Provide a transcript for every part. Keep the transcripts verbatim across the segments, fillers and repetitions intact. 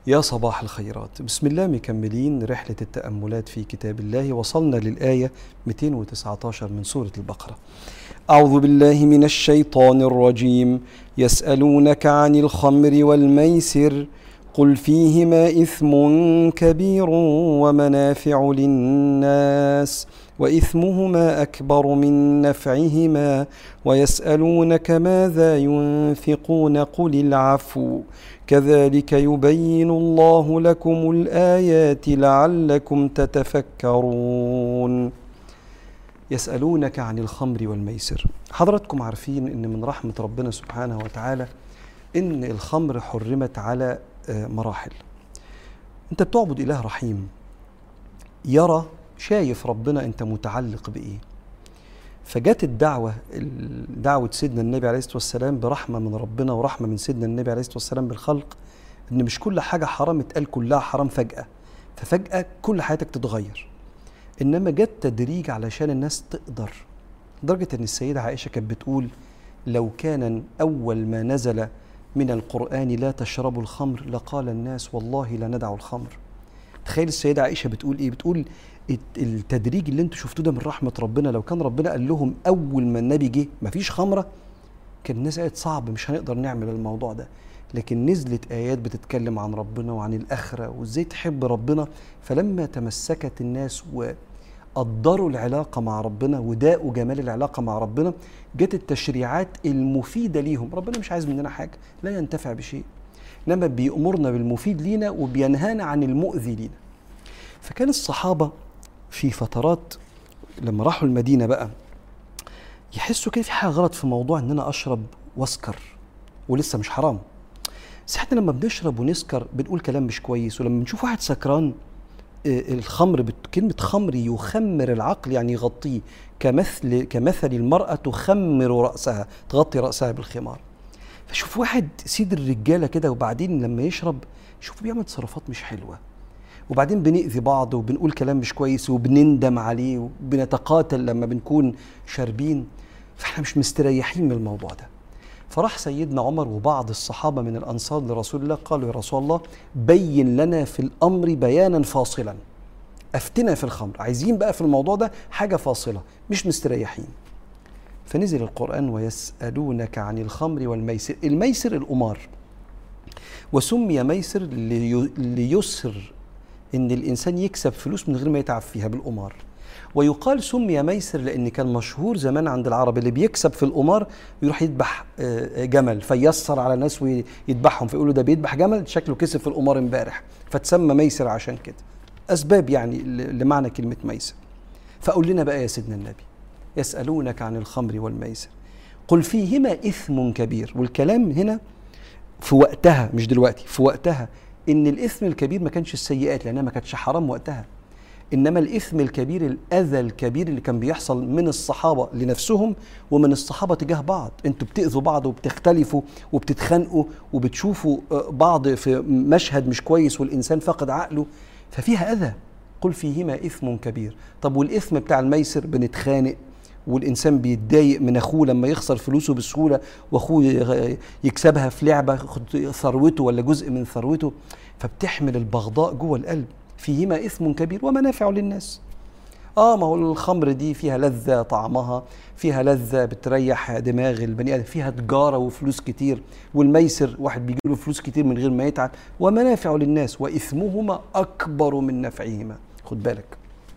يا صباح الخيرات. بسم الله، مكملين رحلة التأملات في كتاب الله. وصلنا للآية مئتين وتسعة عشر من سورة البقرة. أعوذ بالله من الشيطان الرجيم. يسألونك عن الخمر والميسر قل فيهما إثم كبير ومنافع للناس وإثمهما أكبر من نفعهما ويسألونك ماذا ينفقون قل العفو كذلك يبين الله لكم الآيات لعلكم تتفكرون. يسألونك عن الخمر والميسر. حضراتكم عارفين إن من رحمة ربنا سبحانه وتعالى إن الخمر حرمت على مراحل. أنت بتعبد إله رحيم يرى، شايف ربنا أنت متعلق بإيه. فجت الدعوة دعوة سيدنا النبي عليه الصلاة والسلام برحمة من ربنا ورحمة من سيدنا النبي عليه الصلاة والسلام بالخلق، إن مش كل حاجة حرام اتقال كلها حرام فجأة، ففجأة كل حياتك تتغير، إنما جت تدريج علشان الناس تقدر. لدرجة إن السيدة عائشة كانت بتقول لو كان أول ما نزل من القرآن لا تشربوا الخمر لقال الناس والله لا ندع الخمر. تخيل السيدة عائشة بتقول إيه؟ بتقول التدريج اللي انتوا شفتوه ده من رحمة ربنا. لو كان ربنا قال لهم أول ما النبي جه مفيش خمرة كان الناس قالت صعب مش هنقدر نعمل الموضوع ده، لكن نزلت آيات بتتكلم عن ربنا وعن الآخرة وإزاي تحب ربنا، فلما تمسكت الناس وقدروا العلاقة مع ربنا وداقوا جمال العلاقة مع ربنا جت التشريعات المفيدة ليهم. ربنا مش عايز مننا حاجة، لا ينتفع بشيء، إنما بيأمرنا بالمفيد لينا وبينهانا عن المؤذي لينا. فكان الصحابة في فترات لما راحوا المدينة بقى يحسوا كده في حاجة غلط في موضوع ان انا اشرب واسكر ولسه مش حرام. بس احنا لما بنشرب ونسكر بنقول كلام مش كويس، ولما بنشوف واحد سكران الخمر، كلمة خمر يخمر العقل يعني يغطيه، كمثل كمثل المرأة تخمر رأسها، تغطي رأسها بالخمار. فشوف واحد سيد الرجالة كده وبعدين لما يشرب شوف بيعمل تصرفات مش حلوة، وبعدين بنأذي بعض وبنقول كلام مش كويس وبنندم عليه وبنتقاتل لما بنكون شاربين. فاحنا مش مستريحين من الموضوع ده. فراح سيدنا عمر وبعض الصحابة من الأنصار لرسول الله قالوا يا رسول الله بين لنا في الأمر بيانا فاصلا، أفتنا في الخمر، عايزين بقى في الموضوع ده حاجة فاصلة، مش مستريحين. فنزل القرآن ويسألونك عن الخمر والميسر. الميسر القمار، وسمي ميسر ليسر إن الإنسان يكسب فلوس من غير ما يتعب فيها بالقمار. ويقال سمي ميسر لأن كان مشهور زمان عند العرب اللي بيكسب في القمار يروح يذبح جمل فييسر على ناس ويذبحهم، فيقولوا ده بيذبح جمل شكله كسب في القمار امبارح، فتسمى ميسر عشان كده. أسباب يعني لمعنى كلمة ميسر. فقول لنا بقى يا سيدنا النبي يسألونك عن الخمر والميسر قل فيهما إثم كبير. والكلام هنا في وقتها مش دلوقتي، في وقتها إن الإثم الكبير ما كانش السيئات لأنها ما كانتش حرام وقتها، إنما الإثم الكبير الأذى الكبير اللي كان بيحصل من الصحابة لنفسهم ومن الصحابة تجاه بعض. أنتوا بتأذوا بعض وبتختلفوا وبتتخانقوا وبتشوفوا بعض في مشهد مش كويس والإنسان فقد عقله، ففيها أذى. قل فيهما إثم كبير. طب والإثم بتاع الميسر بنتخانق والإنسان بيتضايق من أخوه لما يخسر فلوسه بسهولة وأخوه يكسبها في لعبة ثروته ولا جزء من ثروته، فبتحمل البغضاء جوه القلب. فيهما إثم كبير ومنافع للناس. آه ما هو الخمر دي فيها لذة طعمها، فيها لذة بتريح دماغ البني آدم، فيها تجارة وفلوس كتير. والميسر واحد بيجيله فلوس كتير من غير ما يتعب. ومنافع للناس وإثمهما أكبر من نفعهما. خد بالك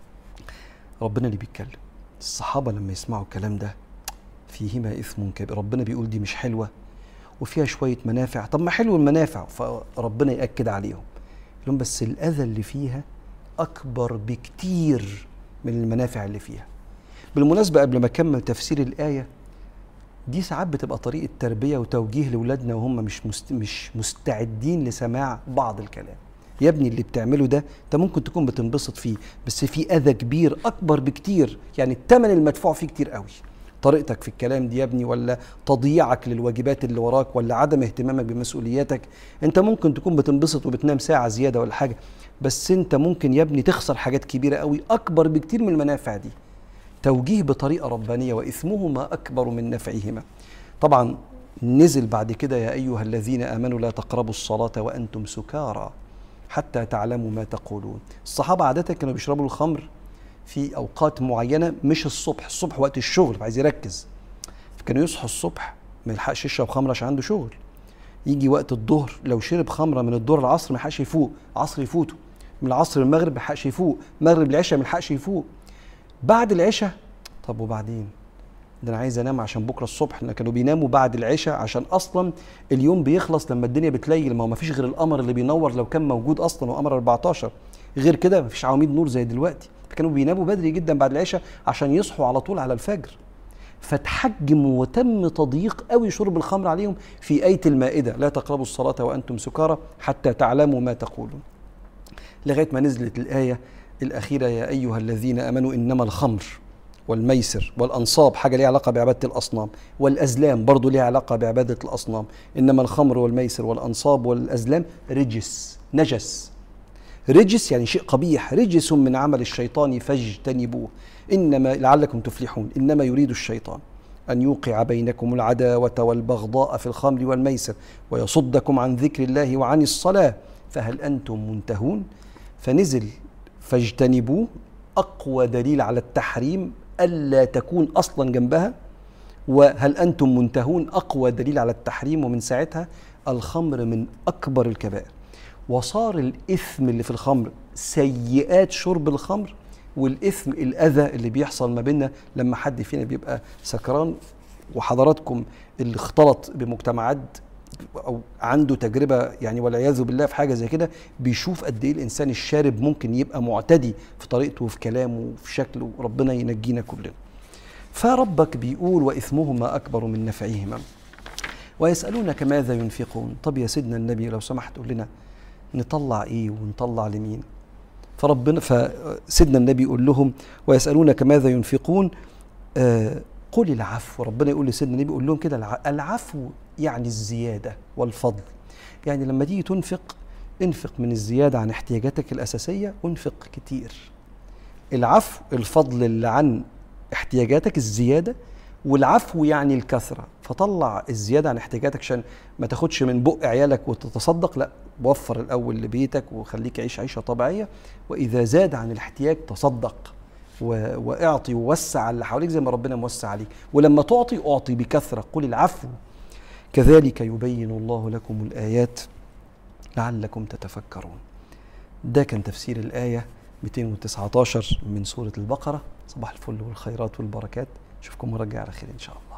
ربنا اللي بيتكلم. الصحابة لما يسمعوا الكلام ده فيهما إثم كبير، ربنا بيقول دي مش حلوة وفيها شوية منافع. طب ما حلو المنافع، فربنا يأكد عليهم لهم بس الأذى اللي فيها أكبر بكتير من المنافع اللي فيها. بالمناسبة قبل ما أكمل تفسير الآية دي، ساعات بتبقى طريقة تربية وتوجيه لأولادنا وهم مش مست... مش مستعدين لسماع بعض الكلام. يا ابني اللي بتعمله ده انت ممكن تكون بتنبسط فيه بس في اذى كبير اكبر بكتير، يعني الثمن المدفوع فيه كتير قوي. طريقتك في الكلام دي يا ابني، ولا تضييعك للواجبات اللي وراك، ولا عدم اهتمامك بمسؤولياتك. انت ممكن تكون بتنبسط وبتنام ساعة زيادة ولا حاجة، بس انت ممكن يا ابني تخسر حاجات كبيرة قوي اكبر بكتير من المنافع دي. توجيه بطريقة ربانية. وإثمهما أكبر من نفعهما. طبعا نزل بعد كده يا أيها الذين آمنوا لا تقربوا الصلاة وأنتم سكارى. حتى تعلموا ما تقولون. الصحابة عادة كانوا بيشربوا الخمر في أوقات معينة، مش الصبح، الصبح وقت الشغل فعايز يركز، فكانوا يصحوا الصبح ما يلحقش يشرب خمرة عشان عنده شغل، يجي وقت الظهر لو شرب خمرة من الظهر العصر ما يلحقش يفوق، عصر يفوته، من العصر المغرب ما يلحقش يفوق، مغرب العشاء ما يلحقش يفوق، بعد العشاء طب وبعدين ده انا عايز انام عشان بكره الصبح. كانوا بيناموا بعد العشاء عشان اصلا اليوم بيخلص لما الدنيا بتليل، ما هو ما فيش غير القمر اللي بينور لو كان موجود اصلا، وقمر أربعتاشر، غير كده ما فيش عواميد نور زي دلوقتي، فكانوا بيناموا بدري جدا بعد العشاء عشان يصحوا على طول على الفجر. فتحجموا وتم تضييق قوي شرب الخمر عليهم في آية المائدة، لا تقربوا الصلاة وأنتم سكارى حتى تعلموا ما تقولون، لغاية ما نزلت الآية الأخيرة يا أيها الذين آمنوا إنما الخمر والميسر والأنصاب، حاجة ليها علاقة بعبادة الأصنام، والأزلام برضو ليها علاقة بعبادة الأصنام، إنما الخمر والميسر والأنصاب والأزلام رجس، نجس، رجس يعني شيء قبيح، رجس من عمل الشيطان فاجتنبوه إنما لعلكم تفلحون، إنما يريد الشيطان أن يوقع بينكم العداوة والبغضاء في الخمر والميسر ويصدكم عن ذكر الله وعن الصلاة فهل أنتم منتهون. فنزل فاجتنبوه أقوى دليل على التحريم ألا تكون أصلا جنبها، وهل أنتم منتهون أقوى دليل على التحريم، ومن ساعتها الخمر من أكبر الكبائر، وصار الإثم اللي في الخمر سيئات شرب الخمر، والإثم الأذى اللي بيحصل ما بيننا لما حد فينا بيبقى سكران. وحضراتكم اللي اختلط بمجتمعات أو عنده تجربة يعني والعياذ بالله في حاجة زي كده، بيشوف قد إيه الإنسان الشارب ممكن يبقى معتدي في طريقته وفي كلامه وفي شكله، ربنا ينجينا كلنا. فربك بيقول وإثمهما أكبر من نفعهما ويسألونك ماذا ينفقون. طب يا سيدنا النبي لو سمحت قول لنا نطلع إيه ونطلع لمين؟ فربنا فسيدنا النبي يقول لهم ويسألونك ماذا ينفقون آه قل العفو. ربنا يقول لسيدنا النبي يقول لهم كده العفو يعني الزيادة والفضل، يعني لما تيجي تنفق انفق من الزيادة عن احتياجاتك الأساسية وانفق كتير. العفو الفضل اللي عن احتياجاتك الزيادة، والعفو يعني الكثرة، فطلع الزيادة عن احتياجاتك عشان ما تاخدش من بق عيالك وتتصدق، لا وفر الأول لبيتك وخليك عيش عيشة طبيعية، وإذا زاد عن الاحتياج تصدق واعطي ووسع على اللي حواليك زي ما ربنا موسع عليك، ولما تعطي اعطي بكثرة. قل العفو كذلك يبين الله لكم الآيات لعلكم تتفكرون. ده كان تفسير الآية مئتين وتسعة عشر من سورة البقرة. صباح الفل والخيرات والبركات، نشوفكم مرة جاية على خير إن شاء الله.